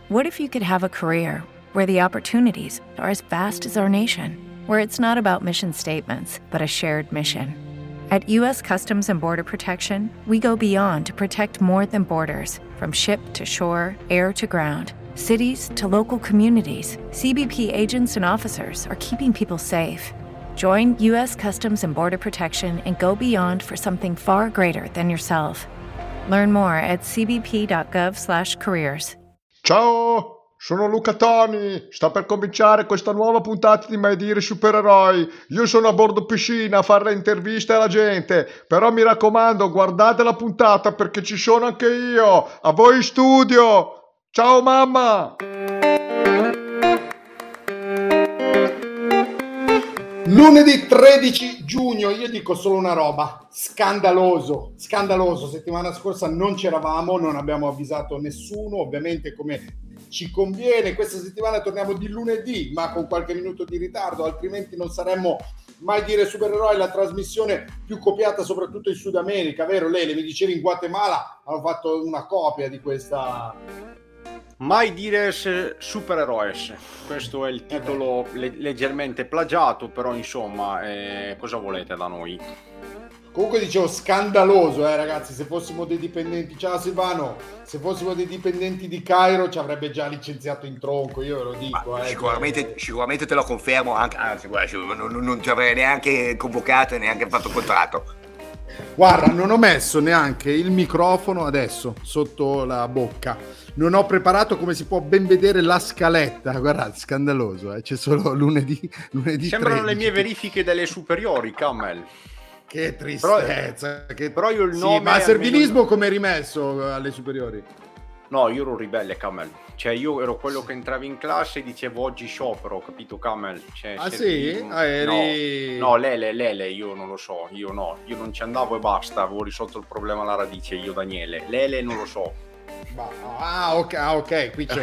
What if you could have a career where the opportunities are as vast as our nation, where it's not about mission statements, but a shared mission? At U.S. Customs and Border Protection, we go beyond to protect more than borders. From ship to shore, air to ground, cities to local communities, CBP agents and officers are keeping people safe. Join U.S. Customs and Border Protection and go beyond for something far greater than yourself. Learn more at cbp.gov/careers. Ciao, sono Luca Toni. Sta per cominciare questa nuova puntata di Mai Dire Supereroi. Io sono a bordo piscina a fare le interviste alla gente, però mi raccomando, guardate la puntata perché ci sono anche io. A voi in studio. Ciao mamma. Lunedì 13 giugno, io dico solo una roba, scandaloso, settimana scorsa non c'eravamo, non abbiamo avvisato nessuno, ovviamente come ci conviene, questa settimana torniamo di lunedì, ma con qualche minuto di ritardo, altrimenti non saremmo Mai Dire Supereroi, la trasmissione più copiata soprattutto in Sud America, vero Lele? Mi dicevi in Guatemala hanno fatto una copia di questa... Mai Dire Supereroes, questo è il titolo leggermente plagiato, però insomma, cosa volete da noi? Comunque dicevo scandaloso, ragazzi, se fossimo dei dipendenti, ciao Silvano, se fossimo dei dipendenti di Cairo ci avrebbe già licenziato in tronco, io ve lo dico. Sicuramente te lo confermo, anzi guarda, non ti avrei neanche convocato e neanche fatto contratto. Guarda, non ho messo neanche il microfono adesso sotto la bocca. Non ho preparato, come si può ben vedere, la scaletta. Guardate, scandaloso, c'è solo lunedì Sembrano 13. le mie verifiche delle superiori, Camel. Che tristezza. Però io il nome... Sì, ma servilismo come rimesso alle superiori? No, io ero ribelle, Camel. Cioè, io ero quello che entrava in classe e dicevo oggi sciopero, capito, Camel? Cioè, sì? No, Lele, io non lo so, io non ci andavo e basta, avevo risolto il problema alla radice, io Daniele. Lele non lo so. Ok, qui c'è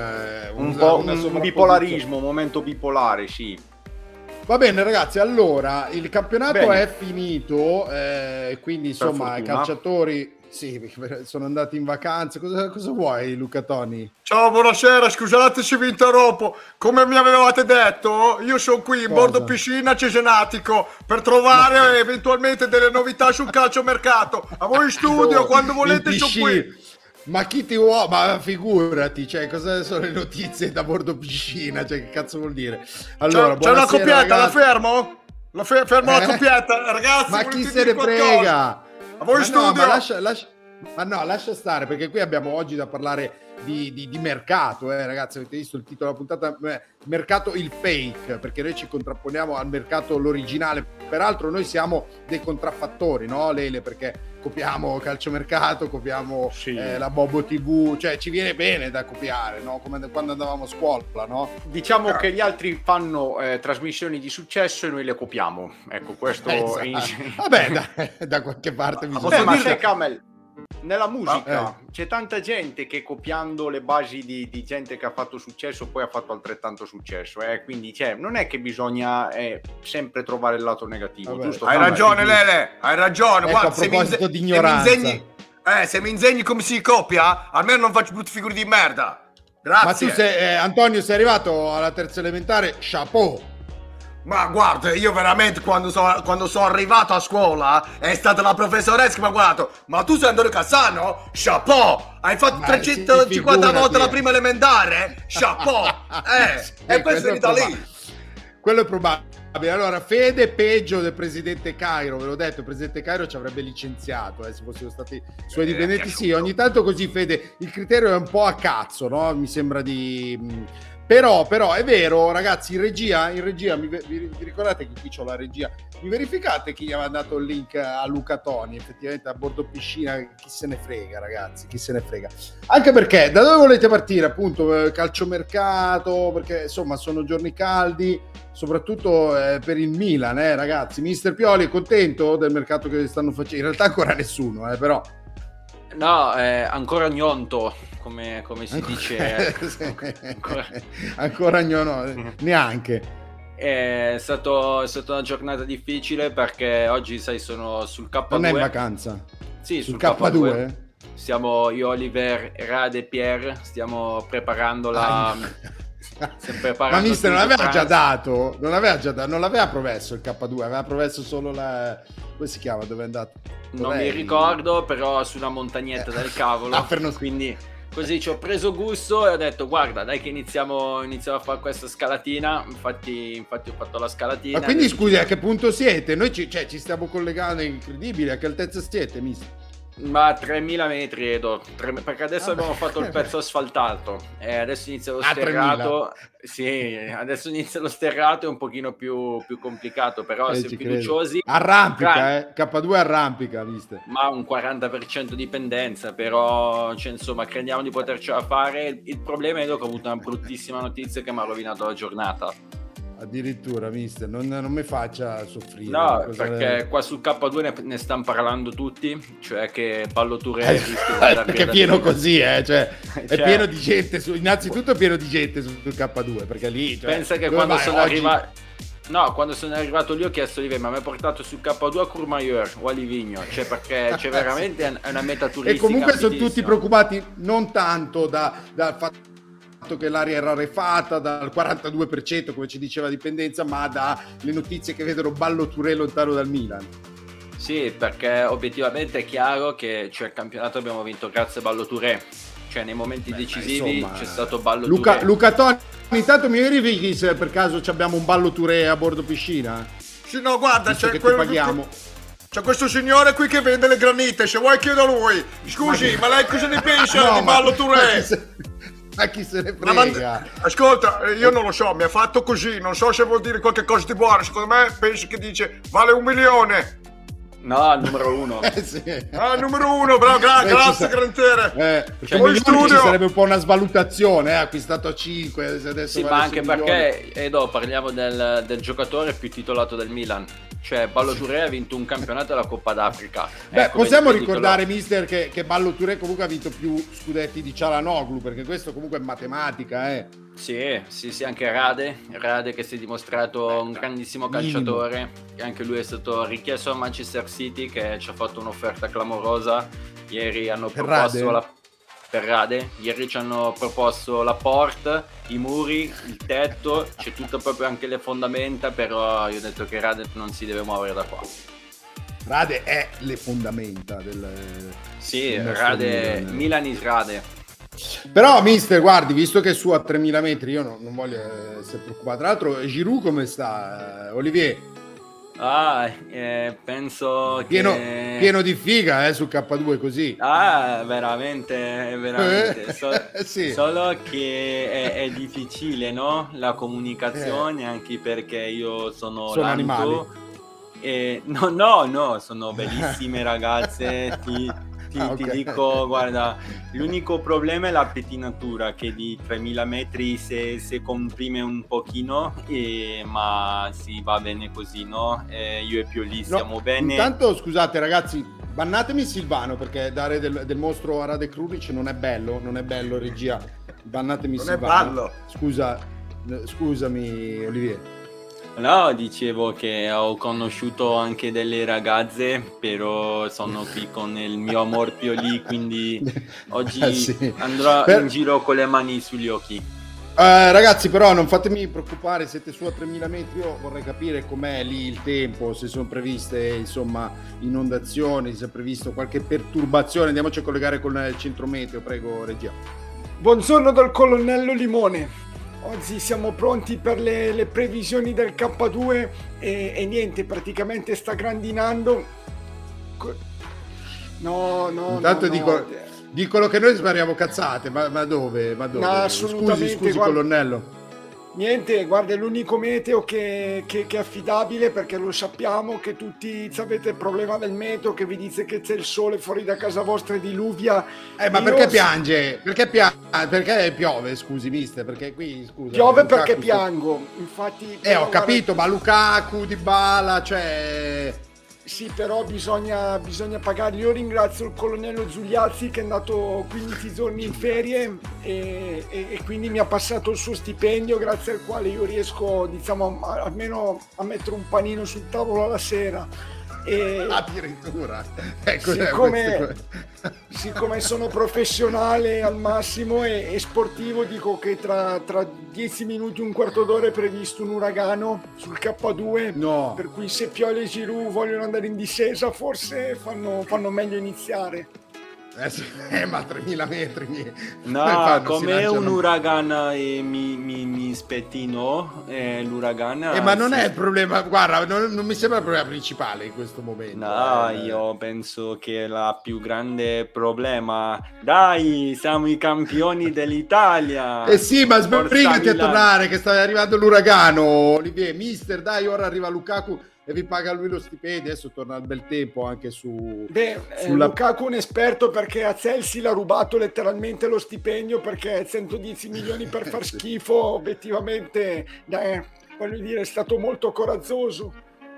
un un bipolarismo, un momento bipolare, sì. Va bene ragazzi, allora il campionato è finito, quindi insomma i calciatori sono andati in vacanza. Cosa vuoi Luca Toni? Ciao, buonasera, scusate se vi interrompo. Come mi avevate detto, io sono qui in bordo piscina Cesenatico per trovare eventualmente delle novità sul calciomercato. A voi in studio, quando volete sono qui. Ma chi ti vuole? Ma figurati, cioè, cosa sono le notizie da bordo piscina? Cioè, che cazzo vuol dire? Allora, c'è una coppietta, ragazzi. la fermo? Fermo la coppietta, ragazzi. Ma chi se ne frega? A voi in studio. Lascia stare, perché qui abbiamo oggi da parlare di mercato, ragazzi, avete visto il titolo della puntata, mercato il fake, perché noi ci contrapponiamo al mercato l'originale. Peraltro noi siamo dei contraffattori, no Lele, perché copiamo calciomercato, copiamo la Bobo TV, cioè ci viene bene da copiare, no? Come quando andavamo a scuola, no? Diciamo che gli altri fanno trasmissioni di successo e noi le copiamo, ecco, questo Vabbè, da qualche parte bisogna... Ma sai, Camel, nella musica c'è tanta gente che copiando le basi di gente che ha fatto successo poi ha fatto altrettanto successo, quindi non è che bisogna sempre trovare il lato negativo. Giusto? Hai ragione Lele, hai ragione. Ecco, guarda, a proposito di ignoranza, se mi insegni come si copia, almeno non faccio brutte figure di merda. Grazie. Ma tu Antonio, sei arrivato alla terza elementare, chapeau. Ma guarda, io veramente quando sono arrivato a scuola è stata la professoressa che mi ha guardato. Ma tu sei Antonio Cassano? Chapeau! Hai fatto 350 volte la prima elementare? Chapeau! E questo è venuto lì. Quello è probabile. Allora, Fede peggio del presidente Cairo, ve l'ho detto, il presidente Cairo ci avrebbe licenziato se fossero stati suoi dipendenti. Sì, ogni tanto così, Fede, il criterio è un po' a cazzo, no? Mi sembra di... Però è vero, ragazzi, in regia vi ricordate che qui c'ho la regia? Mi verificate chi gli aveva dato il link a Luca Toni? Effettivamente a bordo piscina, chi se ne frega, ragazzi, chi se ne frega. Anche perché, da dove volete partire? Appunto, calciomercato, perché insomma sono giorni caldi, soprattutto per il Milan, ragazzi. Mister Pioli è contento del mercato che stanno facendo? In realtà ancora nessuno, però... No, ancora gnonto, come si dice. Ancora neanche. È stata una giornata difficile perché oggi, sai, sono sul K2. Non è in vacanza? Sì, sul K2? Stiamo io, Oliver, Rade e Pierre stiamo preparando la ma mister non l'aveva già dato, non l'aveva promesso il K2, aveva promesso solo la, come si chiama, dove è andato? Non mi ricordo, però sulla montagnetta del cavolo, quindi così ci ho preso gusto e ho detto guarda dai che iniziamo a fare questa scalatina, infatti ho fatto la scalatina. Ma quindi scusi, a che punto siete? Noi ci stiamo collegando, è incredibile, a che altezza siete, mister? Ma 3000 metri, Edo, perché adesso abbiamo fatto il pezzo asfaltato e adesso inizia lo sterrato. Sì, adesso inizia lo sterrato, è un pochino più complicato, però siamo fiduciosi. Arrampica, K2 arrampica, mister. Ma un 40% di pendenza, però cioè, insomma crediamo di potercela fare. Il problema è che ho avuto una bruttissima notizia che mi ha rovinato la giornata. Addirittura, mister, non mi faccia soffrire. No, perché qua sul K2 ne stanno parlando tutti, cioè che Ballo Touré perché è pieno così, cioè è pieno di gente, innanzitutto è pieno di gente sul K2, perché lì... Cioè, pensa che quando sono arrivato lì ho chiesto a Olivier, ma mi hai portato sul K2 a Courmayeur o a Livigno? Cioè perché c'è veramente una meta turistica. E comunque sono tutti preoccupati non tanto dal fatto che l'aria è rarefatta dal 42% come ci diceva dipendenza, ma dalle notizie che vedono Ballo Touré lontano dal Milan. Sì, perché obiettivamente è chiaro che il campionato abbiamo vinto grazie a Ballo Touré, cioè nei momenti decisivi insomma, c'è stato Ballo Touré. Luca Toni, intanto mi verifichi se per caso abbiamo un Ballo Touré a bordo piscina? Sì, no, guarda, c'è c'è questo signore qui che vende le granite, se vuoi chiedo a lui. Scusi, ma lei cosa ne pensa di Ballo Touré? Ma chi se ne frega? Ascolta, io non lo so, mi ha fatto così, non so se vuol dire qualche cosa di buono, secondo me penso che dice vale 1 milione. No, il numero 1. Sì. Ah, il numero 1, bravo, grazie grantiere. Poi studio ci sarebbe un po' una svalutazione, acquistato a 5, adesso sì, ma anche perché Edo, parliamo del giocatore più titolato del Milan. Cioè Ballo Touré ha vinto un campionato della Coppa d'Africa. Beh, possiamo ricordare, mister, che Ballo Touré comunque ha vinto più scudetti di Çalhanoğlu, perché questo comunque è matematica, Sì, anche Rade che si è dimostrato un grandissimo calciatore. Anche lui è stato richiesto a Manchester City, che ci ha fatto un'offerta clamorosa. Ieri hanno proposto per Rade, ieri ci hanno proposto la porta, i muri, il tetto, c'è tutto proprio anche le fondamenta, però io ho detto che Rade non si deve muovere da qua. Rade è le fondamenta del... Sì, Rade, Milan is Rade. Però mister, guardi, visto che è su a 3000 metri, io non voglio essere preoccupato. Tra l'altro Giroud come sta, Olivier? Penso pieno di figa sul K2 così. Veramente. Sì. Solo che è difficile, no? La comunicazione, anche perché io sono animali. No, sono bellissime ragazze. Ti dico, guarda, l'unico problema è la pettinatura, che di 3000 metri se comprime un pochino, ma sì, va bene così, no? Io e Pioli stiamo bene. Intanto, scusate ragazzi, bannatemi Silvano, perché dare del mostro a Rade Krunic non è bello, regia. Bannatemi non Silvano. Scusami, Olivier. No, dicevo che ho conosciuto anche delle ragazze, però sono qui con il mio amor Pioli, quindi oggi andrò in giro con le mani sugli occhi. Ragazzi, però non fatemi preoccupare, siete su a 3000 metri, io vorrei capire com'è lì il tempo, se sono previste insomma inondazioni, se è previsto qualche perturbazione. Andiamoci a collegare con il centro meteo, prego regia. Buongiorno dal colonnello Limone. Oggi siamo pronti per le previsioni del K2 e niente, praticamente sta grandinando. Intanto dicono che noi spariamo cazzate, ma dove? No, assolutamente. Scusi colonnello. Niente, guarda, è l'unico meteo che è affidabile, perché lo sappiamo che tutti avete il problema del meteo, che vi dice che c'è il sole fuori da casa vostra e diluvia. Ma perché piange? Perché piove, scusi mister? Perché qui, scusa. Piove perché piango, infatti. Ho capito, ma Lukaku, Dybala, cioè... Sì, però bisogna pagarli. Io ringrazio il colonnello Zugliazzi, che è andato 15 giorni in ferie e quindi mi ha passato il suo stipendio, grazie al quale io riesco, diciamo, almeno a mettere un panino sul tavolo alla sera. E addirittura siccome sono professionale al massimo e sportivo, dico che tra 10 minuti, un quarto d'ora è previsto un uragano sul K2, no. Per cui se Pioli e Giroud vogliono andare in discesa forse fanno meglio iniziare. Ma 3000 metri no, come un uragano mi spettino l'uragano ma non è il problema, guarda, non mi sembra il problema principale in questo momento. No, io penso che la più grande problema, dai, siamo i campioni dell'Italia. Sì, ma sbrigati a tornare che sta arrivando l'uragano, Olivier. Mister, dai, ora arriva Lukaku e vi paga lui lo stipendio. Adesso torna al bel tempo anche sulla... Lukaku è un esperto, perché a Chelsea l'ha rubato letteralmente lo stipendio, perché 110 milioni per far schifo, obiettivamente voglio dire, è stato molto coraggioso.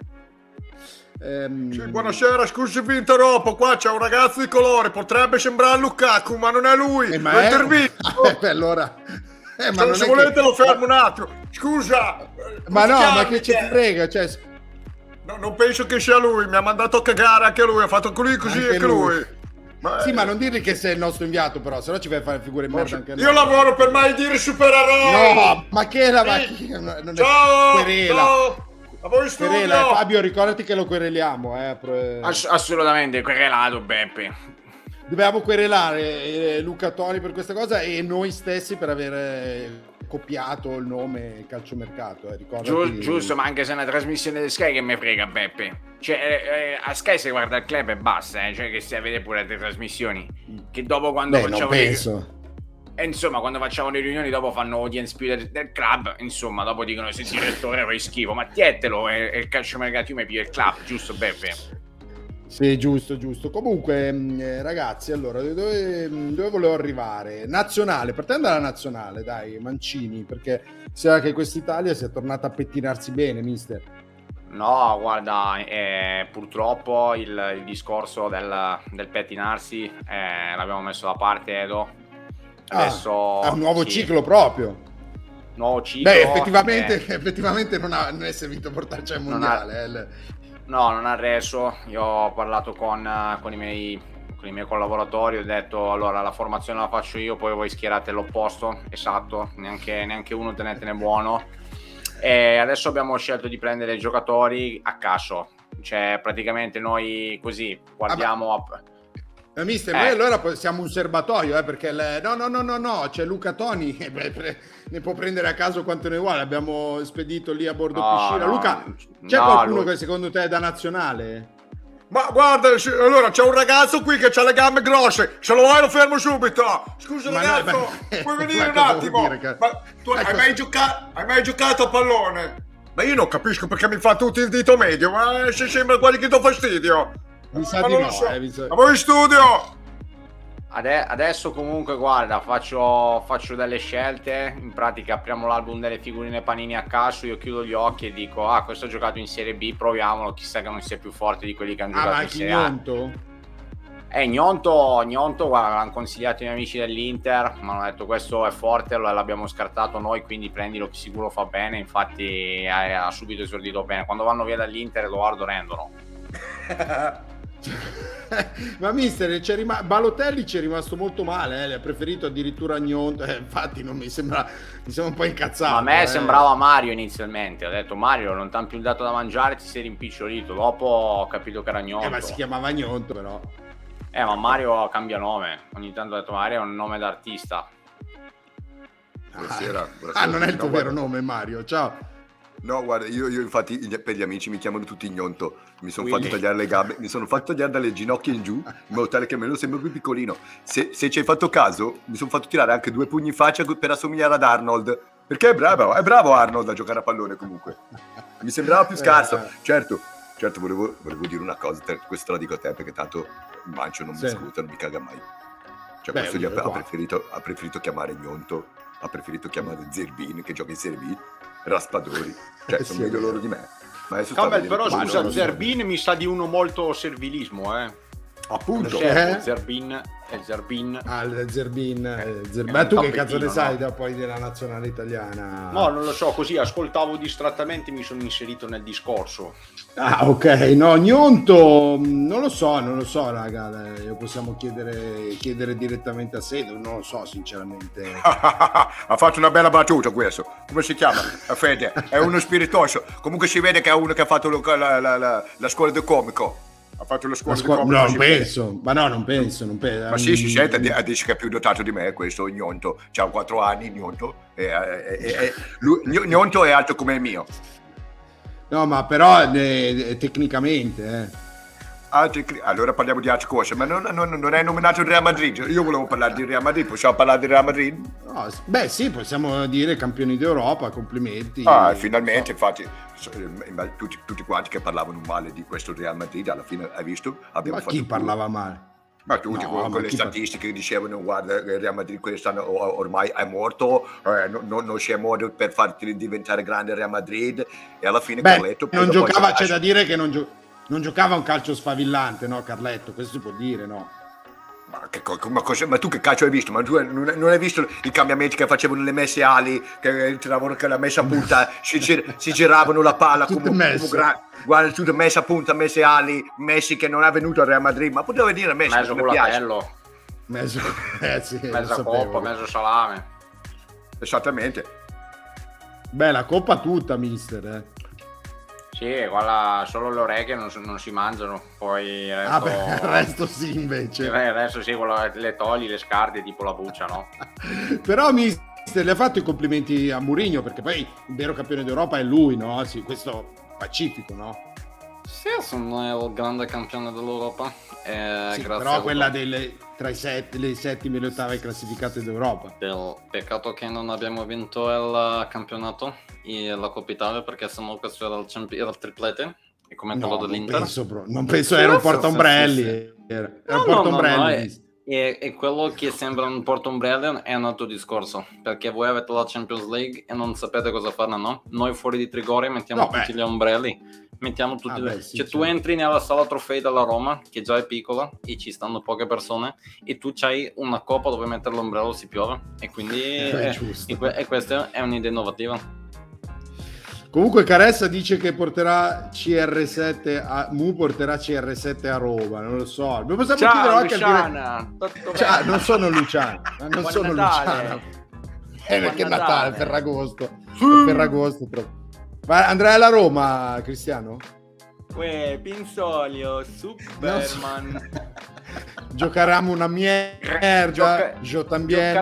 Sì, buonasera, scusi vi interrompo, qua c'è un ragazzo di colore, potrebbe sembrare Lukaku ma non è lui, ma lo intervisto. Allora ma non se è volete che... lo fermo un attimo, scusa, ma no, ma che ci frega, cioè... No, non penso che sia lui, mi ha mandato a cagare anche lui, ha fatto così anche lui. Ma non dirgli che sei il nostro inviato, però, sennò ci fai fare figure di merda anche noi. Io lavoro per mai dire supereroi. No, ma che la non ciao, è querela. Ciao. A voi studio. Querela, Fabio, ricordati che lo quereliamo, Assolutamente, querelato Beppe. Dobbiamo querelare Luca Toni per questa cosa e noi stessi per aver copiato il nome calciomercato, ricordati. Giusto, ma anche se è una trasmissione di Sky, che me frega Beppe. Cioè, a Sky si guarda il club e basta, cioè che si vede pure le trasmissioni. Che dopo quando facciamo... non penso. Insomma, quando facciamo le riunioni dopo fanno audience più del club, insomma, dopo dicono se il direttore fai schifo, ma tietelo, è il calciomercato, io mi piglio il club, giusto Beppe? Sì, giusto. Comunque, ragazzi, allora, dove volevo arrivare? Nazionale, partendo dalla nazionale, dai, Mancini, perché sembra che quest'Italia sia tornata a pettinarsi bene, mister. No, guarda, purtroppo il discorso del pettinarsi l'abbiamo messo da parte, Edo. Adesso un nuovo ciclo proprio. Nuovo ciclo. Beh, effettivamente non è servito a portarci al mondiale. No, non ha reso. Io ho parlato con i miei collaboratori, ho detto allora la formazione la faccio io, poi voi schierate l'opposto, esatto, neanche uno tenetene buono. E adesso abbiamo scelto di prendere giocatori a caso, cioè praticamente noi così guardiamo mister, noi allora siamo un serbatoio, perché no, c'è Luca Toni, ne può prendere a caso quanto ne vuole, abbiamo spedito lì a bordo piscina. Luca, c'è qualcuno che secondo te è da nazionale? Ma guarda, allora c'è un ragazzo qui che ha le gambe grosse, se lo vuoi lo fermo subito. Scusa ragazzo, puoi venire un attimo? Ma tu hai mai giocato a pallone? Ma io non capisco perché mi fa tutti il dito medio, ma se sembra quasi che do fastidio. Mi sa di no, a voi studio. Adesso comunque guarda, faccio delle scelte, in pratica apriamo l'album delle figurine Panini a caso, io chiudo gli occhi e dico questo ha giocato in Serie B, proviamolo, chissà che non sia più forte di quelli che hanno giocato in Serie A. Gnonto, guarda, l'hanno consigliato i miei amici dell'Inter, mi hanno detto questo è forte, l'abbiamo scartato noi, quindi prendilo che sicuro fa bene, infatti ha subito esordito bene, quando vanno via dall'Inter Edoardo rendono. Ma mister, Balotelli ci è rimasto molto male, ha preferito addirittura Gnonto, infatti non mi sembra un po' incazzato. Ma a me sembrava Mario inizialmente, ho detto Mario non t'han più dato da mangiare, ti sei rimpicciolito, dopo ho capito che era Gnonto. Ma si chiamava Gnonto però. Ma Mario cambia nome, ogni tanto ho detto Mario è un nome d'artista. Buonasera. Non è il tuo vero nome Mario, ciao. No, guarda, io infatti per gli amici mi chiamano tutti Gnonto. Mi sono fatto tagliare le gambe, mi sono fatto tagliare dalle ginocchia in giù, in modo tale che me lo sembra più piccolino. Se ci hai fatto caso, mi sono fatto tirare anche 2 pugni in faccia per assomigliare ad Arnold. Perché è bravo Arnold a giocare a pallone comunque. Mi sembrava più scarso. Certo, volevo dire una cosa, questo la dico a te perché tanto il Mancio non mi scusa, non mi caga mai. Cioè questo gli ha preferito chiamare Gnonto, ha preferito chiamare Zerbin che gioca in Serie B. Raspadori, cioè sono meglio loro di me. Ma Campbell, però scusa, Zerbin mi sa di uno molto servilismo, Appunto. Zerbin. Ah, il Zerbin. Ma tu che cazzo ne sai poi della nazionale italiana? No, non lo so, così ascoltavo distrattamente e mi sono inserito nel discorso. Ah, ok. No, Gnonto, non lo so, raga. Lo possiamo chiedere direttamente a Sedo, non lo so, sinceramente. Ha fatto una bella battuta questo. Come si chiama? Fede, è uno spiritoso. Comunque si vede che è uno che ha fatto la scuola del comico. Ha fatto la scuola del comico. No, non penso. Ma no, non penso. Ma sì, si sente, dice che è più dotato di me questo Gnonto. C'ha 4 anni, Gnonto. Gnonto è alto come il mio. No, ma però tecnicamente, Allora parliamo di altre cose, ma non è nominato il Real Madrid. Io volevo parlare di Real Madrid, possiamo parlare di Real Madrid? No, beh sì, possiamo dire campioni d'Europa, complimenti. Finalmente, infatti, tutti quanti che parlavano male di questo Real Madrid, alla fine hai visto? Ma chi parlava male? Ma tutti con le statistiche che dicevano guarda il Real Madrid quest'anno ormai è morto, non c'è modo per farti diventare grande il Real Madrid, e alla fine Carletto non giocava, c'è da dire che non giocava un calcio sfavillante, no Carletto, questo si può dire, no? Ma tu che calcio hai visto? Ma tu non hai visto i cambiamenti che facevano le messe ali, che tiravano la messa a punta, si giravano la palla come guarda, tutto messa a punta, messe ali, Messi che non è venuto al Real Madrid, ma poteva dire Messi, mezzo culatello, sì, mezza coppa, mezzo salame. Esattamente. Beh, la coppa tutta, mister, Sì, guarda, solo le orecchie non si mangiano, poi il resto sì invece. Il resto sì, le togli, le scarti, tipo la buccia, no? Però mister, le ha fatto i complimenti a Mourinho, perché poi il vero campione d'Europa è lui, no? Sì, questo pacifico, no? Sì, sono il grande campione dell'Europa. Sì, però quella tra le settime e le ottave classificate d'Europa. Peccato che non abbiamo vinto il campionato e la Coppa Italia, perché sennò questo era il triplete, e come quello dell'Inter. Non penso, era un portaombrelli. Era un portaombrelli. E quello che sembra un portaombrelli è un altro discorso, perché voi avete la Champions League e non sapete cosa farne, no? Noi fuori di Trigori mettiamo tutti gli ombrelli. Mettiamo tutti tu entri nella sala trofei della Roma, che già è piccola e ci stanno poche persone, e tu c'hai una coppa dove mettere l'ombrello si piove, e quindi e questa è un'idea innovativa. Comunque Caressa dice che porterà CR7 porterà CR7 a Roma, non lo so. Possiamo chiedere anche Luciana. Non sono Luciana, non sono Luciana. Perché Natale, Ferragosto. Ferragosto proprio. Ma andrai alla Roma, Cristiano? Pinzolio, Superman. Giocheremo una mierda. Yo también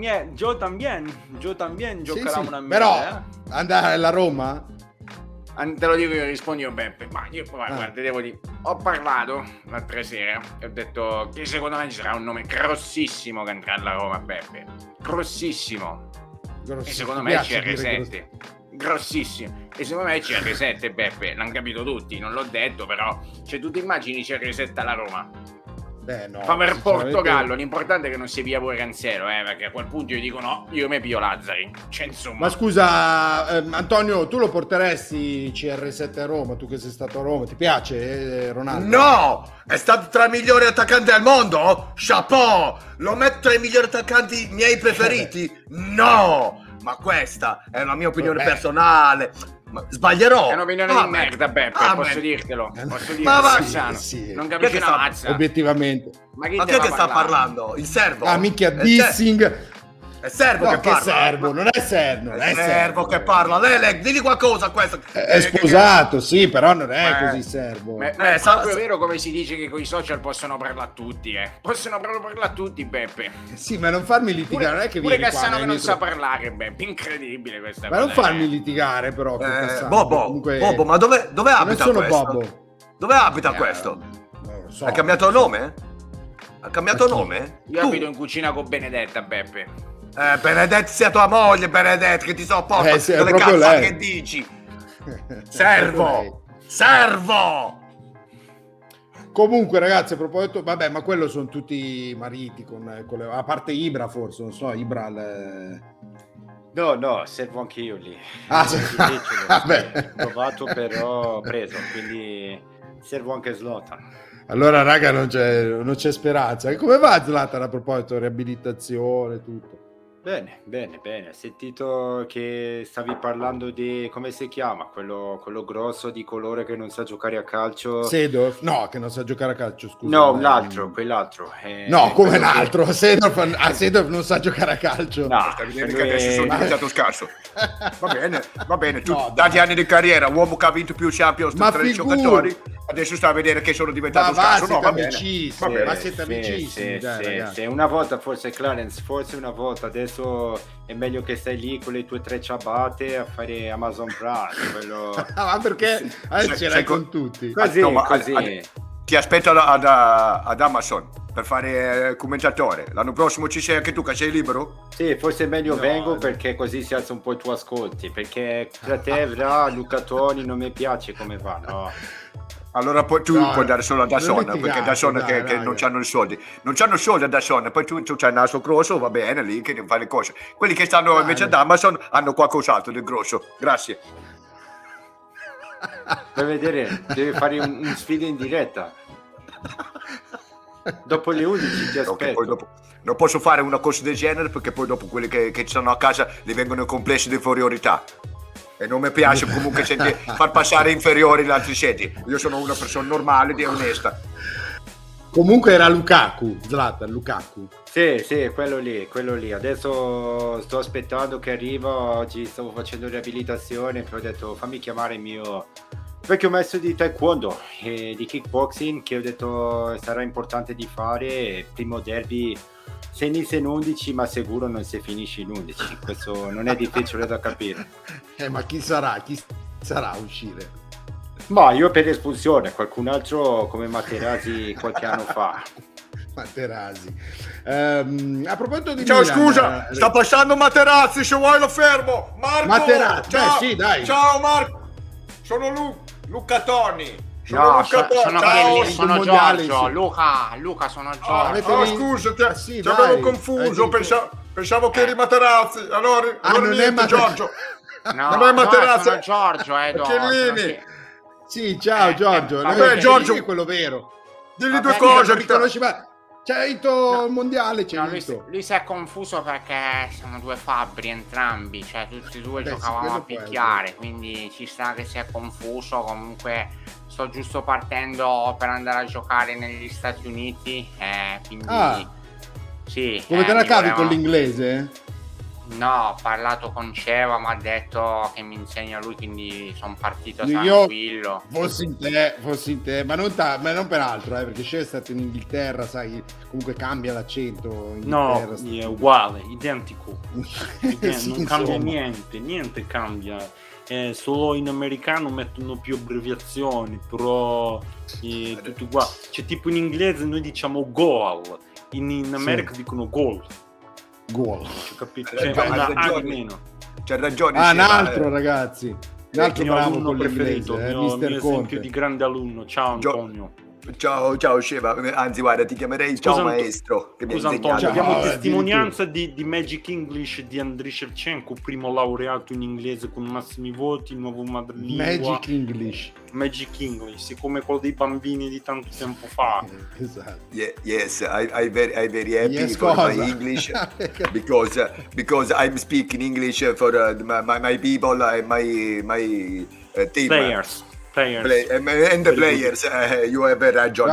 giocherà una mierda. Però andare alla Roma? Te lo dico io, rispondi io, Beppe. Ma io guarda, devo dire, ho parlato l'altra sera e ho detto che secondo me ci sarà un nome grossissimo che andrà alla Roma, Beppe. Grossissimo. E secondo me CR7. Grossissimo, e secondo me CR7, Beppe, l'hanno capito tutti, non l'ho detto, però tu ti immagini CR7 alla Roma? No, fa per Portogallo, l'importante è che non si pia pure Cancelo, perché a quel punto io dico no, io mi pio Lazzari, insomma. Ma scusa, Antonio, tu lo porteresti CR7 a Roma, tu che sei stato a Roma, ti piace Ronaldo? No, è stato tra i migliori attaccanti al mondo? Chapeau, lo metto tra i migliori attaccanti miei preferiti? No, ma questa è una mia opinione personale. Ma sbaglierò. È un'opinione di merda, Beppe, posso dirtelo. Ma va, sì. Non capisci una mazza. Obiettivamente. Ma chi è che sta parlando? Il servo? Minchia, dissing. È servo che parla. Servo, non è servo. È servo che parla. Lele, digli qualcosa a questo. È sposato, sì, però non è così servo. È proprio vero come si dice che con i social possono parlare a tutti, Possono proprio parlare a tutti, Beppe. Sì, ma non farmi litigare, non è che pure Cassano che non sa parlare, Beppe. Incredibile questa cosa. Ma non farmi litigare, però. Bobo, ma dove abita questo? Bobo. Dove abita questo? Non lo so. Ha cambiato nome? Ha cambiato nome? Io abito in cucina con Benedetta, Beppe. Benedetta sia tua moglie, Benedetta, che ti sopporta sì, le cazzo che dici. Servo. Comunque ragazzi, a proposito, vabbè, ma quello sono tutti mariti a parte Ibra, forse, non so, Ibra No, servo anche io lì. Vabbè. Provato però preso, quindi servo anche Zlatan. Allora, raga, non c'è speranza. E come va Zlatan a proposito? Riabilitazione, tutto? Bene. Ho sentito che stavi parlando di, come si chiama, quello grosso di colore che non sa giocare a calcio. Seedorf? No, che non sa giocare a calcio, scusa. No, quell'altro. No, come l'altro? Seedorf non sa giocare a calcio. No, sta vedendo che adesso sono diventato scarso. Va bene, tu, tanti anni di carriera, uomo che ha vinto più Champions di 3 giocatori, adesso sta a vedere che sono diventato scarso. No, va bene. Ma siete amicissimi, sì. Una volta forse Clarence, una volta, adesso è meglio che stai lì con le tue 3 ciabatte a fare Amazon Prime, quello... ma perché ce l'hai con tutti? Così. Ti aspetto ad Amazon per fare commentatore. L'anno prossimo ci sei anche tu, che sei libero? Sì, forse è meglio vengo perché così si alza un po' i tuoi ascolti, perché tra te e Luca Toni non mi piace come va, no? Allora poi tu puoi dare solo a Dazon, perché Dazon che non c'hanno i soldi. Non c'hanno i soldi a Dazon, poi tu c'hai il naso grosso, va bene, lì che fai le cose. Quelli che stanno invece ad Amazon hanno qualcos'altro di grosso. Grazie. Per vedere, devi fare un sfida in diretta. Dopo le 11 ti aspetto. Poi non posso fare una cosa del genere perché poi dopo quelli che stanno a casa li vengono complessi di inferiorità. E non mi piace comunque far passare inferiori gli altri seti. Io sono una persona normale e onesta. Comunque era Zlatan Lukaku. Sì, quello lì. Adesso sto aspettando che arriva. Oggi stavo facendo riabilitazione, poi ho detto fammi chiamare il mio vecchio maestro di taekwondo e di kickboxing, che ho detto sarà importante di fare. Primo derby se inizia in 11, ma sicuro non si finisce in 11. Questo non è difficile da capire. Ma chi sarà a uscire? Ma io per espulsione, qualcun altro come Materazzi qualche anno fa. Materazzi. A proposito di Ciao, Milan, scusa, sta passando Materazzi, se vuoi lo fermo. Marco! Materazzi, ciao, sì, dai. Ciao Marco, sono Luca Toni. Sono mondiale, Giorgio, sì. Luca sono Giorgio. Scusa, ti avevo confuso, pensavo che eri Materazzi. Allora non è Giorgio. No, non è Materazzi. Sono Giorgio, Chiellini. Sì, ciao Giorgio. Vabbè, Giorgio è quello vero. Digli due cose. Riconosci, ma c'è vinto il mondiale, lui si è confuso perché sono due fabbri entrambi, cioè tutti e due giocavamo a picchiare, quindi ci sta che si è confuso. Comunque sto giusto partendo per andare a giocare negli Stati Uniti, quindi sì. Come te la cavi con l'inglese? No, ho parlato con Ceva, mi ha detto che mi insegna lui, quindi sono partito tranquillo. Fossi in te, ma non per altro, perché Ceva è stato in Inghilterra, sai, comunque cambia l'accento. No, è uguale, identico. Sì, non cambia niente cambia. Solo in americano mettono più abbreviazioni, però è tutto uguale. Cioè, tipo in inglese noi diciamo goal, in America dicono goal. Capito? C'è una A di meno. C'è ragione. Un altro, ragazzi. Un altro mio bravo alunno preferito, Mister mio esempio di grande alunno. Ciao Antonio. Ciao Sceva, anzi guarda, ti chiamerei ciao maestro. Scusa Antonio, abbiamo testimonianza di Magic English di Andriy Shevchenko, primo laureato in inglese con massimi voti, nuovo madrelingua. Magic English, siccome quello dei bambini di tanto tempo fa. Esatto. Yes, I very happy for my English because I'm speaking English for my people and my team. Players. And the players, you have ragione.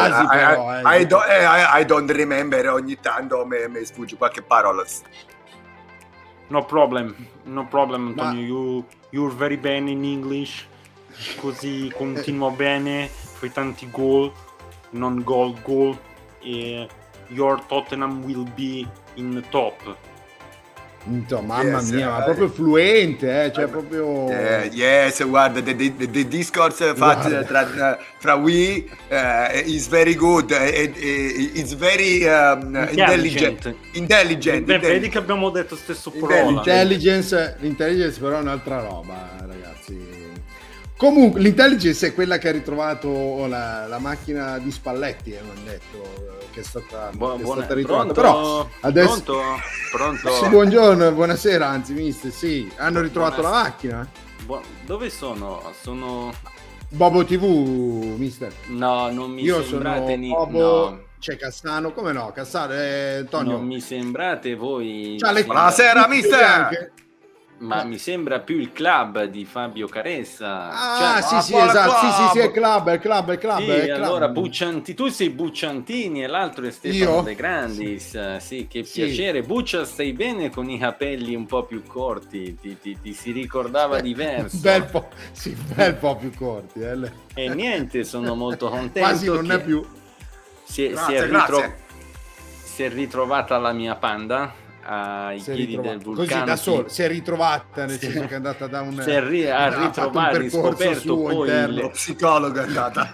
I don't remember, ogni tanto mi sfugge qualche parola. No problem Antonio, you're very bene in English, così continua bene, fai tanti gol, non goal, e your Tottenham will be in top. Mamma mia, ma proprio fluente, cioè proprio. Yes, guarda, the discourse fatto tra we is very good, it's very intelligent. Vedi che abbiamo detto stesso parola. L'intelligence però è un'altra roba, ragazzi. Comunque l'intelligence è quella che ha ritrovato la macchina di Spalletti, hanno detto, che è stata ritrovata. Però adesso pronto. Sì, buongiorno, buonasera, anzi mister, sì, hanno ritrovato la macchina. Dove sono? Bobo TV, mister. No, non mi Io sembrate sono Bobo, no. c'è Cassano, come no? Cassano, Antonio. Non mi sembrate voi. Buonasera, mister. Ma mi sembra più il club di Fabio Caressa. Sì, esatto. Sì, è club. Sì, allora Buccianti, tu sei Bucciantini e l'altro è Stefano De Grandis. Sì, che piacere. Buccia, stai bene con i capelli un po' più corti? Ti si ricordava diverso. Bel po' più corti. E niente, sono molto contento. Quasi non è più. Si è ritrovata la mia panda ai piedi del vulcano. Così da solo si è ritrovata, nel senso che è andata da un riscoperto poi lo psicologo è andata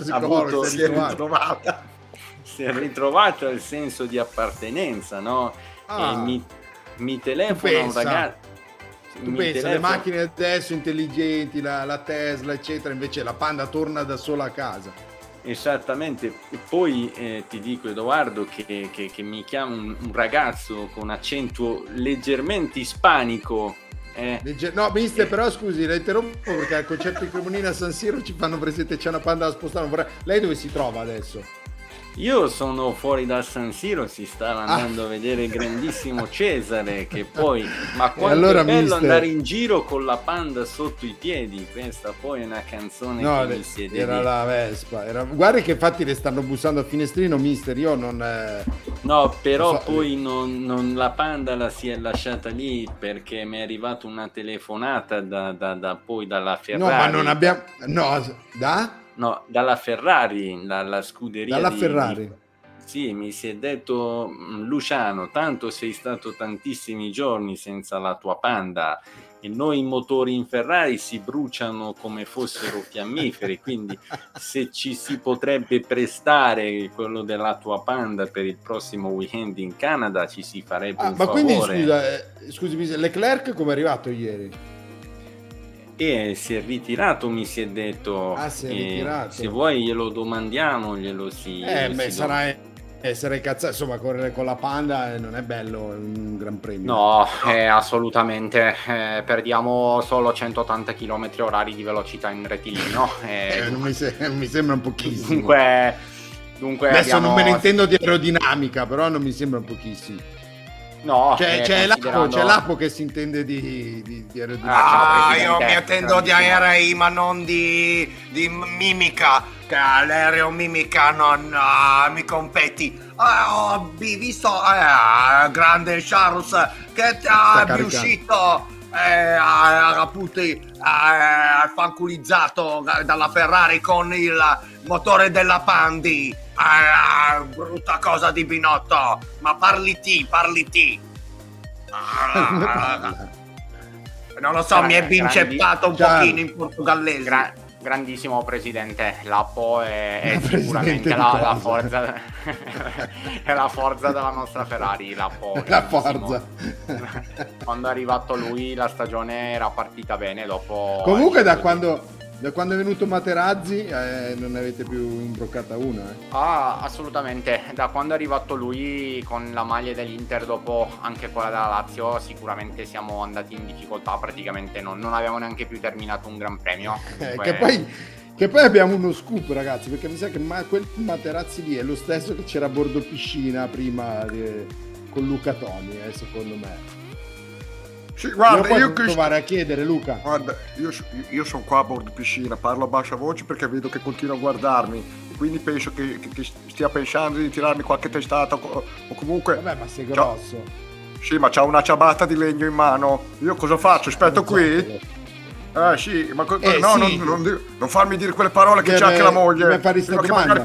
si è ritrovato il senso di appartenenza, no? E mi telefona un ragazzo. Tu pensa, le macchine adesso intelligenti, la Tesla eccetera, invece la panda torna da sola a casa. Esattamente, e poi ti dico Edoardo che mi chiama un ragazzo con accento leggermente ispanico. No, mister, però scusi, la interrompo perché al concerto di Cremonina a San Siro ci fanno presente, c'è una panda da spostare. Lei dove si trova adesso? Io sono fuori dal San Siro, si stava andando a vedere il grandissimo Cesare, che poi, ma quanto allora, è bello andare in giro con la panda sotto i piedi. Questa poi è una canzone che mi siede era lì. La Vespa, guardi che infatti le stanno bussando al finestrino, mister, io non no, però poi non la panda la si è lasciata lì perché mi è arrivata una telefonata poi dalla Ferrari. No, ma non abbiamo No, dalla Ferrari, dalla scuderia. Dalla Ferrari. Sì, mi si è detto: Luciano, tanto sei stato tantissimi giorni senza la tua panda e noi i motori in Ferrari si bruciano come fossero fiammiferi, quindi se ci si potrebbe prestare quello della tua panda per il prossimo weekend in Canada ci si farebbe un favore. Ma quindi scusi, Leclerc come è arrivato ieri? E si è ritirato, mi si è detto. Si è ritirato. Se vuoi glielo domandiamo, sarei cazzato, insomma, correre con la panda non è bello, è un gran premio. No, assolutamente, perdiamo solo 180 km/h di velocità in rettilineo. Non mi sembra un pochissimo. Dunque adesso non me ne intendo di aerodinamica, però non mi sembra un pochissimo. No, c'è l'Apo che si intende di aerodinamica. Io mi attendo di aerei, ma non di mimica. Che l'aereo mimica non mi competi. Ho visto grande Charles che è riuscito appunto fanculizzato dalla Ferrari con il motore della Pandi. Brutta cosa di Binotto, ma parli ti. Non lo so, mi è inceppato un pochino in portoghese. Grandissimo presidente, l'Appo è sicuramente la forza è la forza della nostra Ferrari, l'Appo. La forza. Quando è arrivato lui la stagione era partita bene, dopo. Comunque da quando è venuto Materazzi non ne avete più imbroccata una? Assolutamente, da quando è arrivato lui con la maglia dell'Inter, dopo anche quella della Lazio, sicuramente siamo andati in difficoltà, praticamente non abbiamo neanche più terminato un gran premio. Che poi abbiamo uno scoop, ragazzi, perché mi sa che quel Materazzi lì è lo stesso che c'era a bordo piscina prima con Luca Toni, secondo me. Sì, guarda, io provare a chiedere, Luca. Guarda, io sono qua a bordo piscina, parlo a bassa voce perché vedo che continua a guardarmi, quindi penso che stia pensando di tirarmi qualche testata o comunque. Vabbè, ma sei grosso. Sì, ma c'ha una ciabatta di legno in mano. Io cosa faccio? Aspetto qui? Sì, ma no, sì. Non farmi dire quelle parole che c'è anche la moglie. Mi fare questa domanda.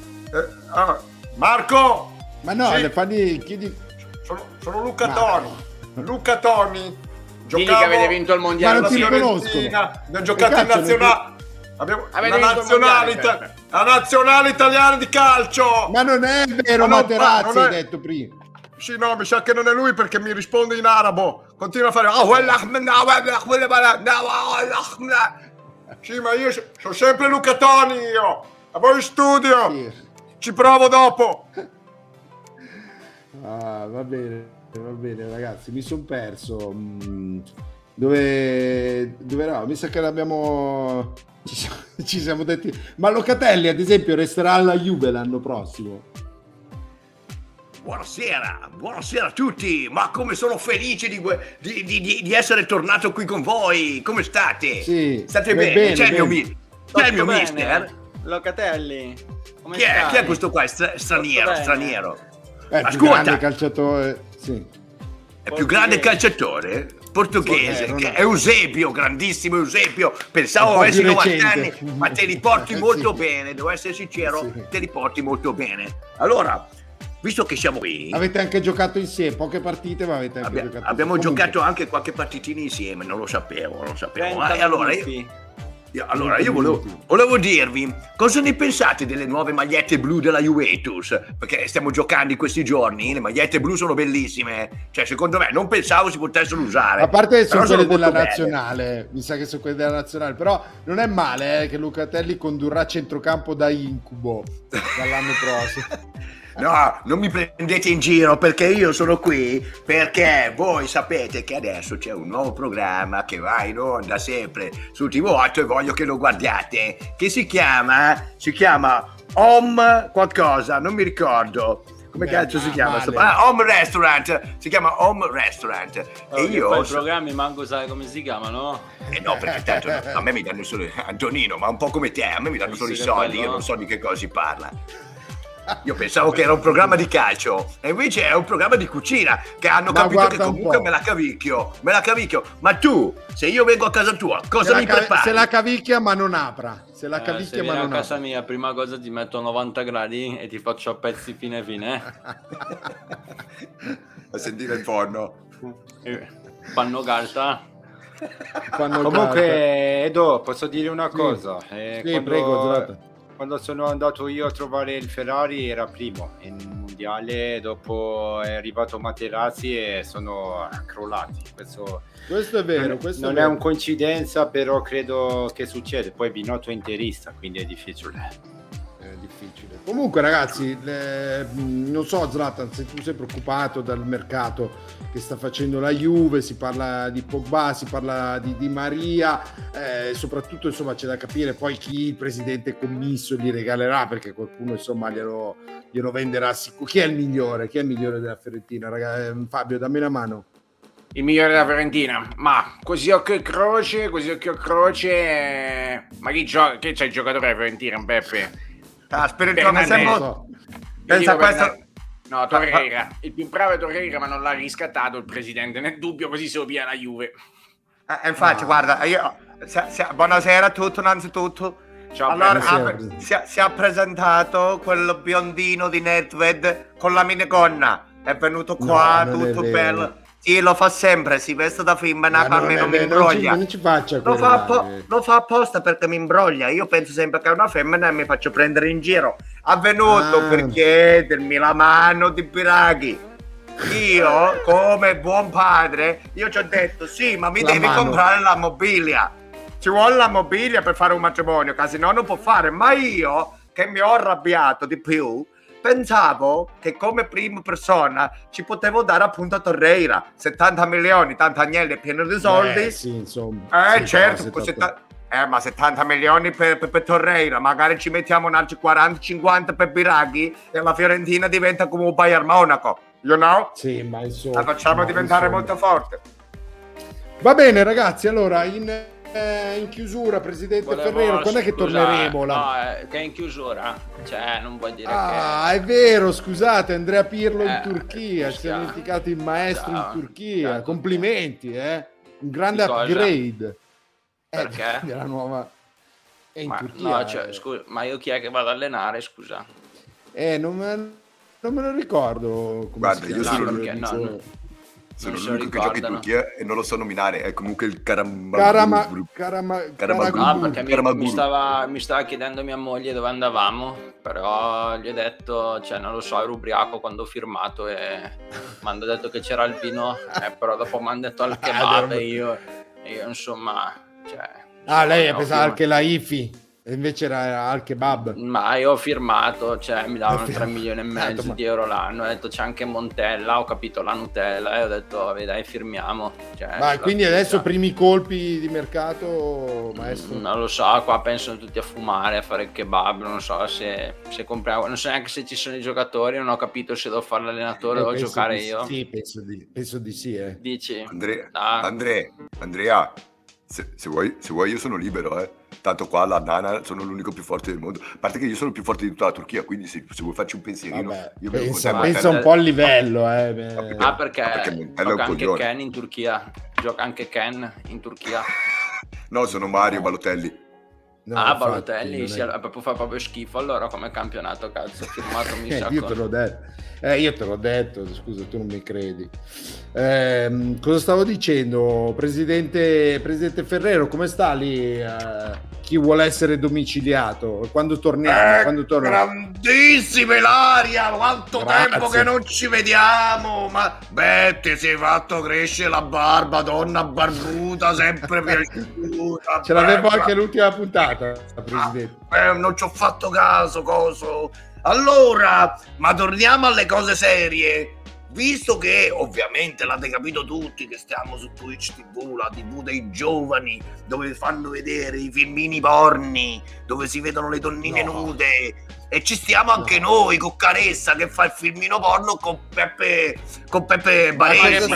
Marco! Ma no, sì. Chiedi. Sono Luca Toni. Luca Toni, digli che avete vinto il mondiale. Ma non ti conoscono. Abbiamo giocato in nazionale. Abbiamo la nazionale italiana di calcio. Ma non è vero, Materazzi, hai detto prima. Sì, no, mi sa che non è lui perché mi risponde in arabo. Continua a fare. Sì, ma io sono sempre Luca Toni, io. A voi in studio. Sì. Ci provo dopo. Va bene, ragazzi, mi sono perso. Dove eravamo? Mi sa che l'abbiamo... Ci siamo detti... Ma Locatelli, ad esempio, resterà alla Juve l'anno prossimo. Buonasera a tutti, ma come sono felice di essere tornato qui con voi, come state? Sì, state bene? C'è il mio mister? Locatelli, come chi è questo qua? Straniero. Ascolta, più grande calciatore, sì. È più grande calciatore? Portoghese, che è Eusebio, grandissimo Eusebio. Pensavo avessi 90 anni, ma te li porti molto bene, devo essere sincero, te li porti molto bene. Allora, visto che siamo qui, avete anche giocato insieme, poche partite, ma avete anche giocato abbiamo giocato anche qualche partitina insieme, non lo sapevo. Allora io volevo dirvi cosa ne pensate delle nuove magliette blu della Juventus, perché stiamo giocando in questi giorni, le magliette blu sono bellissime, cioè secondo me non pensavo si potessero usare, a parte che sono quelle della nazionale, mi sa che sono quelle della nazionale, però non è male che Locatelli condurrà centrocampo da incubo dall'anno prossimo. No, non mi prendete in giro, perché io sono qui perché voi sapete che adesso c'è un nuovo programma che va in onda sempre su TV8 e voglio che lo guardiate, che si chiama Home qualcosa, non mi ricordo come cazzo si chiama. Home Restaurant, si chiama Home Restaurant. E io i programmi manco sai come si chiamano? No, perché tanto a me mi danno solo Antonino, ma un po' come te, a me mi danno solo i soldi, io non so di che cosa si parla. Io pensavo che era un programma di calcio e invece è un programma di cucina, che hanno capito che comunque me la cavicchio. Ma tu, se io vengo a casa tua, cosa mi prepari? Se la cavicchia ma non apra. Se vieni a casa mia, prima cosa ti metto a 90 gradi e ti faccio a pezzi fine. A sentire il forno. Panno carta. Comunque, Edo, posso dire una cosa? Prego, Zlatan. Quando sono andato io a trovare il Ferrari era primo in mondiale, dopo è arrivato Materazzi e sono crollati. Questo è vero. Non è una coincidenza, però credo che succede. Poi Binotto è interista, quindi è difficile. Comunque ragazzi, non so Zlatan se tu sei preoccupato dal mercato che sta facendo la Juve, si parla di Pogba, si parla di Di Maria, soprattutto insomma c'è da capire poi chi il presidente commisso gli regalerà, perché qualcuno insomma glielo venderà sicuro. Chi è il migliore della Fiorentina? Fabio, dammi una mano. Il migliore della Fiorentina, ma così occhio e croce, ma chi c'è il giocatore della Fiorentina, Beppe? Aspetta, pensa a questo. No, Torreira, il più bravo è Torreira, ma non l'ha riscattato il presidente, nel dubbio, così se lo pia la Juve. Infatti, guarda, buonasera a tutti, innanzitutto. Ciao, allora, si è presentato quel biondino di Nedved con la minigonna, è venuto qua, tutto bello. Sì, lo fa sempre, si veste da femmina, a me non mi imbroglia. Non ci faccia lo fa apposta perché mi imbroglia. Io penso sempre che è una femmina e mi faccio prendere in giro. Avvenuto per chiedermi la mano di Biraghi. Io, come buon padre, io ci ho detto sì, ma mi devi comprare la mobilia. Ci vuole la mobilia per fare un matrimonio, che se no non può fare. Ma io, che mi ho arrabbiato di più, pensavo che come prima persona ci potevo dare appunto a Torreira 70 milioni, tanto Agnelli è pieno di soldi. Sì, insomma. Certo, ma 70 milioni per Torreira, magari ci mettiamo un altri 40-50 per Biraghi e la Fiorentina diventa come un Bayern Monaco, you know? Sì, ma insomma. La facciamo diventare molto forte. Va bene ragazzi, allora in chiusura, presidente Ferrero, quando è che torneremo? Che è in chiusura, cioè non vuol dire che è vero, scusate, Andrea Pirlo in Turchia, si è dimenticato il maestro in Turchia, complimenti, un grande upgrade. Perché? Della nuova è in Turchia. No, cioè, scusa, ma io chi è che vado ad allenare, scusa? Non me lo ricordo. Guarda, io sono l'unico che gioca in Turchia e non lo so nominare, è comunque il Karamaguru. Perché mi stava chiedendo mia moglie dove andavamo, però gli ho detto, cioè non lo so, ero ubriaco quando ho firmato e mi hanno detto che c'era il vino, però dopo mi hanno detto al kebab e io insomma, cioè... lei pensava che la IFI. E invece era al kebab. Ma io ho firmato, cioè mi davano 3 milioni e mezzo di euro l'anno. Ho detto c'è anche Montella, ho capito la Nutella e ho detto dai firmiamo. Cioè, ma quindi adesso primi colpi di mercato, maestro? Non lo so, qua pensano tutti a fumare, a fare il kebab, non so se compriamo, non so neanche se ci sono i giocatori, non ho capito se devo fare l'allenatore o giocare io. Sì, penso di sì. Dici? Andrea, se vuoi io sono libero, Tanto qua la Nana sono l'unico più forte del mondo. A parte che io sono più forte di tutta la Turchia, quindi se vuoi farci un pensierino, io pensa un po' al livello, perché gioca anche Ken in Turchia. Gioca anche Ken in Turchia. No, sono Mario Balotelli. No, Balotelli fa proprio schifo allora come campionato, cazzo, firmato mi sa. Io te l'ho detto, scusa, tu non mi credi. Cosa stavo dicendo? Presidente Ferrero, come sta lì? Chi vuole essere domiciliato? Quando torniamo? Grandissima Ilaria, quanto tempo che non ci vediamo. Ma ti sei fatto crescere la barba, donna barbuta, sempre piaciuta. Ce l'avevo anche l'ultima puntata, Presidente. Non ci ho fatto caso, coso. Allora, ma torniamo alle cose serie. Visto che ovviamente l'avete capito tutti che stiamo su Twitch TV, la TV dei giovani, dove fanno vedere i filmini porni, dove si vedono le donnine nude, e ci stiamo anche noi con Caressa che fa il filmino porno con Peppe Baresi.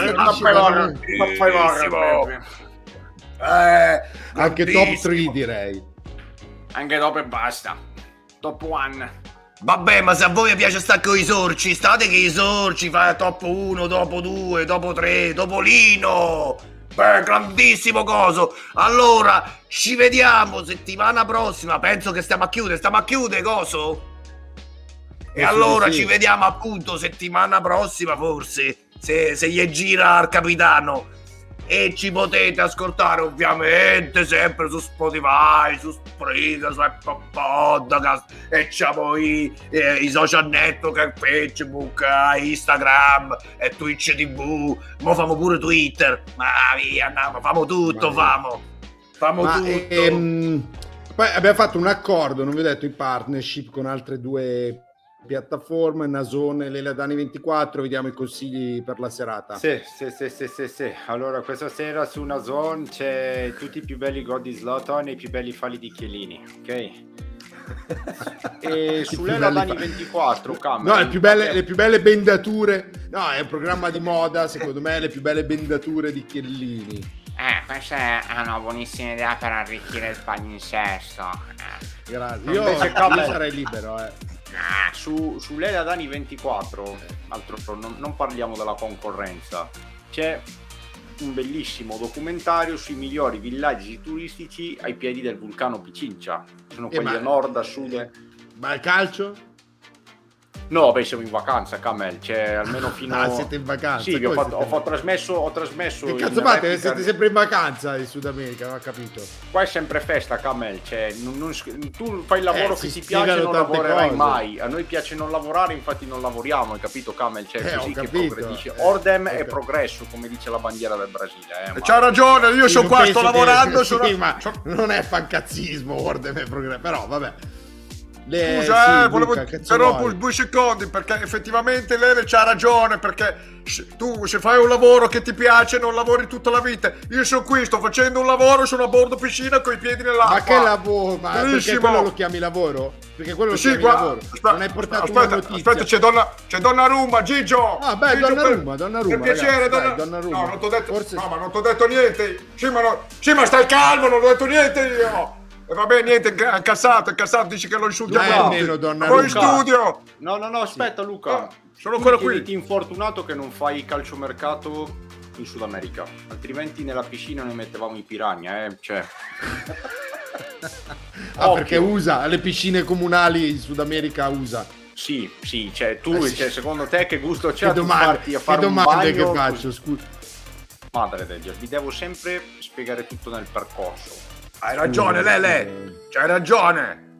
Anche top 3 direi. Anche dopo e basta. Top 1. Vabbè, ma se a voi piace stare con i sorci, state che i sorci, fai top 1, dopo 2, dopo 3, dopo Lino. Grandissimo coso. Allora, ci vediamo settimana prossima. Penso che stiamo a chiudere, coso? E allora ci vediamo appunto settimana prossima, forse, se gli gira al capitano. E ci potete ascoltare ovviamente sempre su Spotify, su Spreaker, su Apple Podcast, e c'abbiamo i social network, Facebook, Instagram e Twitch TV. Mo famo pure Twitter. Ma via, andiamo, famo tutto, famo tutto. Poi abbiamo fatto un accordo, non vi ho detto, in partnership con altre 2 piattaforme, Nazone e Lela Dani 24. Vediamo i consigli per la serata. Sì. Allora, questa sera su Nazone c'è tutti i più belli gol di Zlatan e i più belli falli di Chiellini, ok? E su Lela Dani 24 no, le più belle bendature. No, è un programma di moda, secondo me, le più belle bendature di Chiellini. Questa è una buonissima idea per arricchire il palinsesto. Grazie. Io sarei libero, Su Lela Dani 24, non parliamo della concorrenza, c'è un bellissimo documentario sui migliori villaggi turistici ai piedi del vulcano Pichincha. Sono quelli a nord, a sud. Ma il calcio? No, siamo in vacanza, Camel, c'è almeno fino siete in vacanza? Sì, ho trasmesso che cazzo fate? Siete sempre in vacanza in Sud America, non ho capito. Qua è sempre festa, Camel, cioè tu fai il lavoro che ti piace, non lavorerai mai. A noi piace non lavorare, infatti non lavoriamo, hai capito, Camel? Cioè così che progredisce. Ordem è progresso, come dice la bandiera del Brasile. C'ha ragione, io sono qua, sto lavorando. Ma non è fancazzismo, Ordem è progresso, però vabbè. Scusa, volevo interrompere 2 secondi, perché effettivamente Lele c'ha ragione, perché tu se fai un lavoro che ti piace non lavori tutta la vita. Io sono qui, sto facendo un lavoro, sono a bordo piscina con i piedi nell'acqua. Ma che lavoro? Ma perché quello lo chiami lavoro? Perché quello lo chiami lavoro? Non hai portato una notizia. Aspetta, c'è Donnarumma, Gigio. Beh, Donnarumma. Per piacere, Donnarumma. No, non t'ho detto, ma non t'ho detto niente. Sì, ma stai calmo, non ho detto niente io. E vabbè, niente, è incassato, dici che lo insultiamo. Poi in studio. No, aspetta Luca. Sono ancora qui. Ti infortunato che non fai calciomercato in Sud America, altrimenti nella piscina noi mettevamo i piranha, cioè. Perché usa le piscine comunali in Sud America, usa. Sì, cioè tu, cioè, secondo te che gusto c'è a farti a fare un bagno che faccio, scusa. Madre del Dio, vi devo sempre spiegare tutto nel percorso. Hai ragione, Lele, c'hai ragione.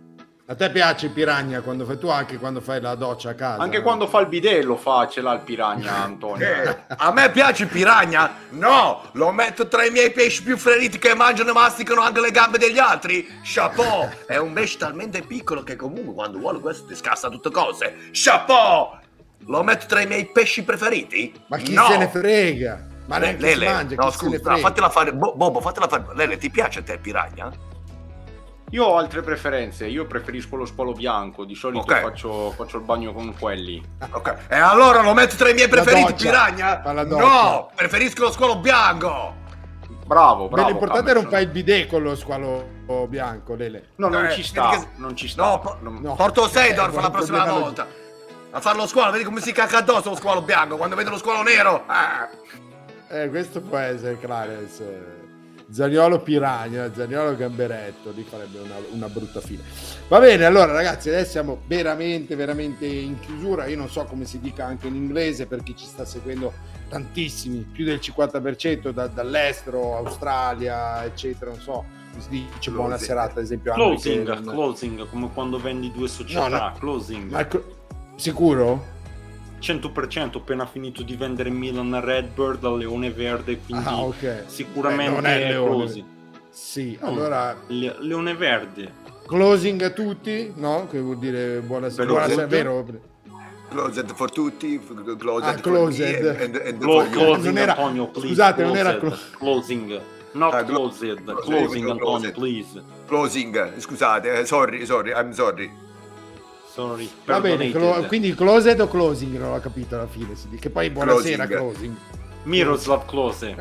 A te piace il Piranha quando fai tu, anche quando fai la doccia a casa? Anche quando fa il bidet lo fa, ce l'ha il Piranha, Antonio. A me piace il Piranha? No, lo metto tra i miei pesci più feriti che mangiano e masticano anche le gambe degli altri. Chapeau! È un pesce talmente piccolo che comunque quando vuole questo ti scassa tutte cose. Chapeau! Lo metto tra i miei pesci preferiti? Ma chi se ne frega? Ma neanche Lele, si mangia, no, chi se ne scusa, frega? fatela fare. Bobo, fatela fare. Lele, ti piace a te il Piranha? Io ho altre preferenze, io preferisco lo squalo bianco, di solito faccio il bagno con quelli. Ok, e allora lo metto tra i miei preferiti, Piranha? doccia. No, preferisco lo squalo bianco. Bravo. Beh, l'importante è non fai il bidet con lo squalo bianco, Lele. No, non ci sta, non ci sta. No, porto Seidorf la prossima volta a fare lo squalo, vedi come si cacca addosso lo squalo bianco quando vedo lo squalo nero. Questo può essere Clarence. Zaniolo Piranha, Zaniolo Gamberetto, lì farebbe una brutta fine. Va bene, allora ragazzi, adesso siamo veramente in chiusura. Io non so come si dica anche in inglese, per chi ci sta seguendo, tantissimi, più del 50% dall'estero, Australia, eccetera, non so, si dice buona serata, ad esempio. Closing, come quando vendi due società, closing. Ma sicuro? 100%, appena finito di vendere Milan Redbird al Leone Verde, quindi sicuramente non è closing. Sì, allora Leone Verde. Closing a tutti, no? Che vuol dire buonasera, vero? Closed for tutti, closed closed. Closing, Antonio, please. Scusate, non era closing. Not closed. Closing, Antonio, please. Closing, scusate, sorry, I'm sorry. Va bene, quindi closed o closing, non ho capito alla fine, che poi buonasera closing. Miroslav Klose.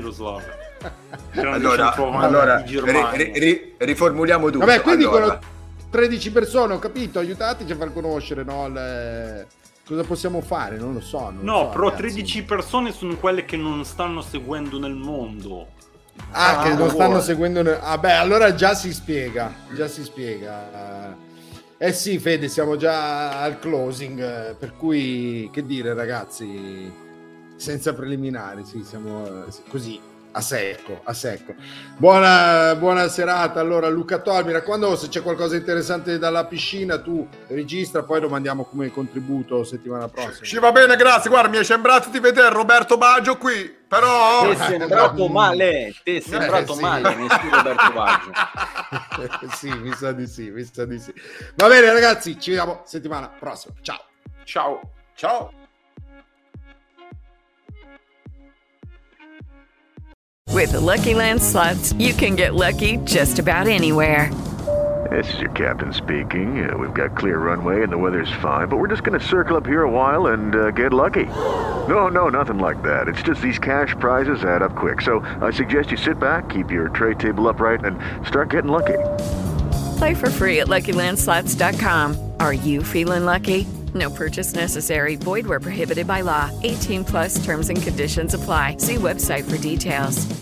Allora riformuliamo tutto. Vabbè, quindi quello 13 persone, ho capito, aiutateci a far conoscere, no, cosa possiamo fare, non lo so. Però ragazzi, 13 persone sono quelle che non stanno seguendo nel mondo. Che non stanno seguendo allora già si spiega. Sì, Fede, siamo già al closing, per cui che dire, ragazzi, senza preliminari, sì, siamo così a secco. Buona serata allora, Luca Tol, mi raccomando, se c'è qualcosa interessante dalla piscina tu registra, poi lo mandiamo come contributo settimana prossima. Ci va bene, grazie. Guarda, mi è sembrato di vedere Roberto Baggio qui, però ti è sembrato male, male, nessuno Roberto Baggio. Sì, mi sa di sì. Va bene ragazzi, ci vediamo settimana prossima. Ciao. With the Lucky Land Slots, you can get lucky just about anywhere. This is your captain speaking. We've got clear runway and the weather's fine, but we're just going to circle up here a while and get lucky. No, nothing like that. It's just these cash prizes add up quick. So I suggest you sit back, keep your tray table upright, and start getting lucky. Play for free at LuckyLandSlots.com. Are you feeling lucky? No purchase necessary. Void where prohibited by law. 18+ terms and conditions apply. See website for details.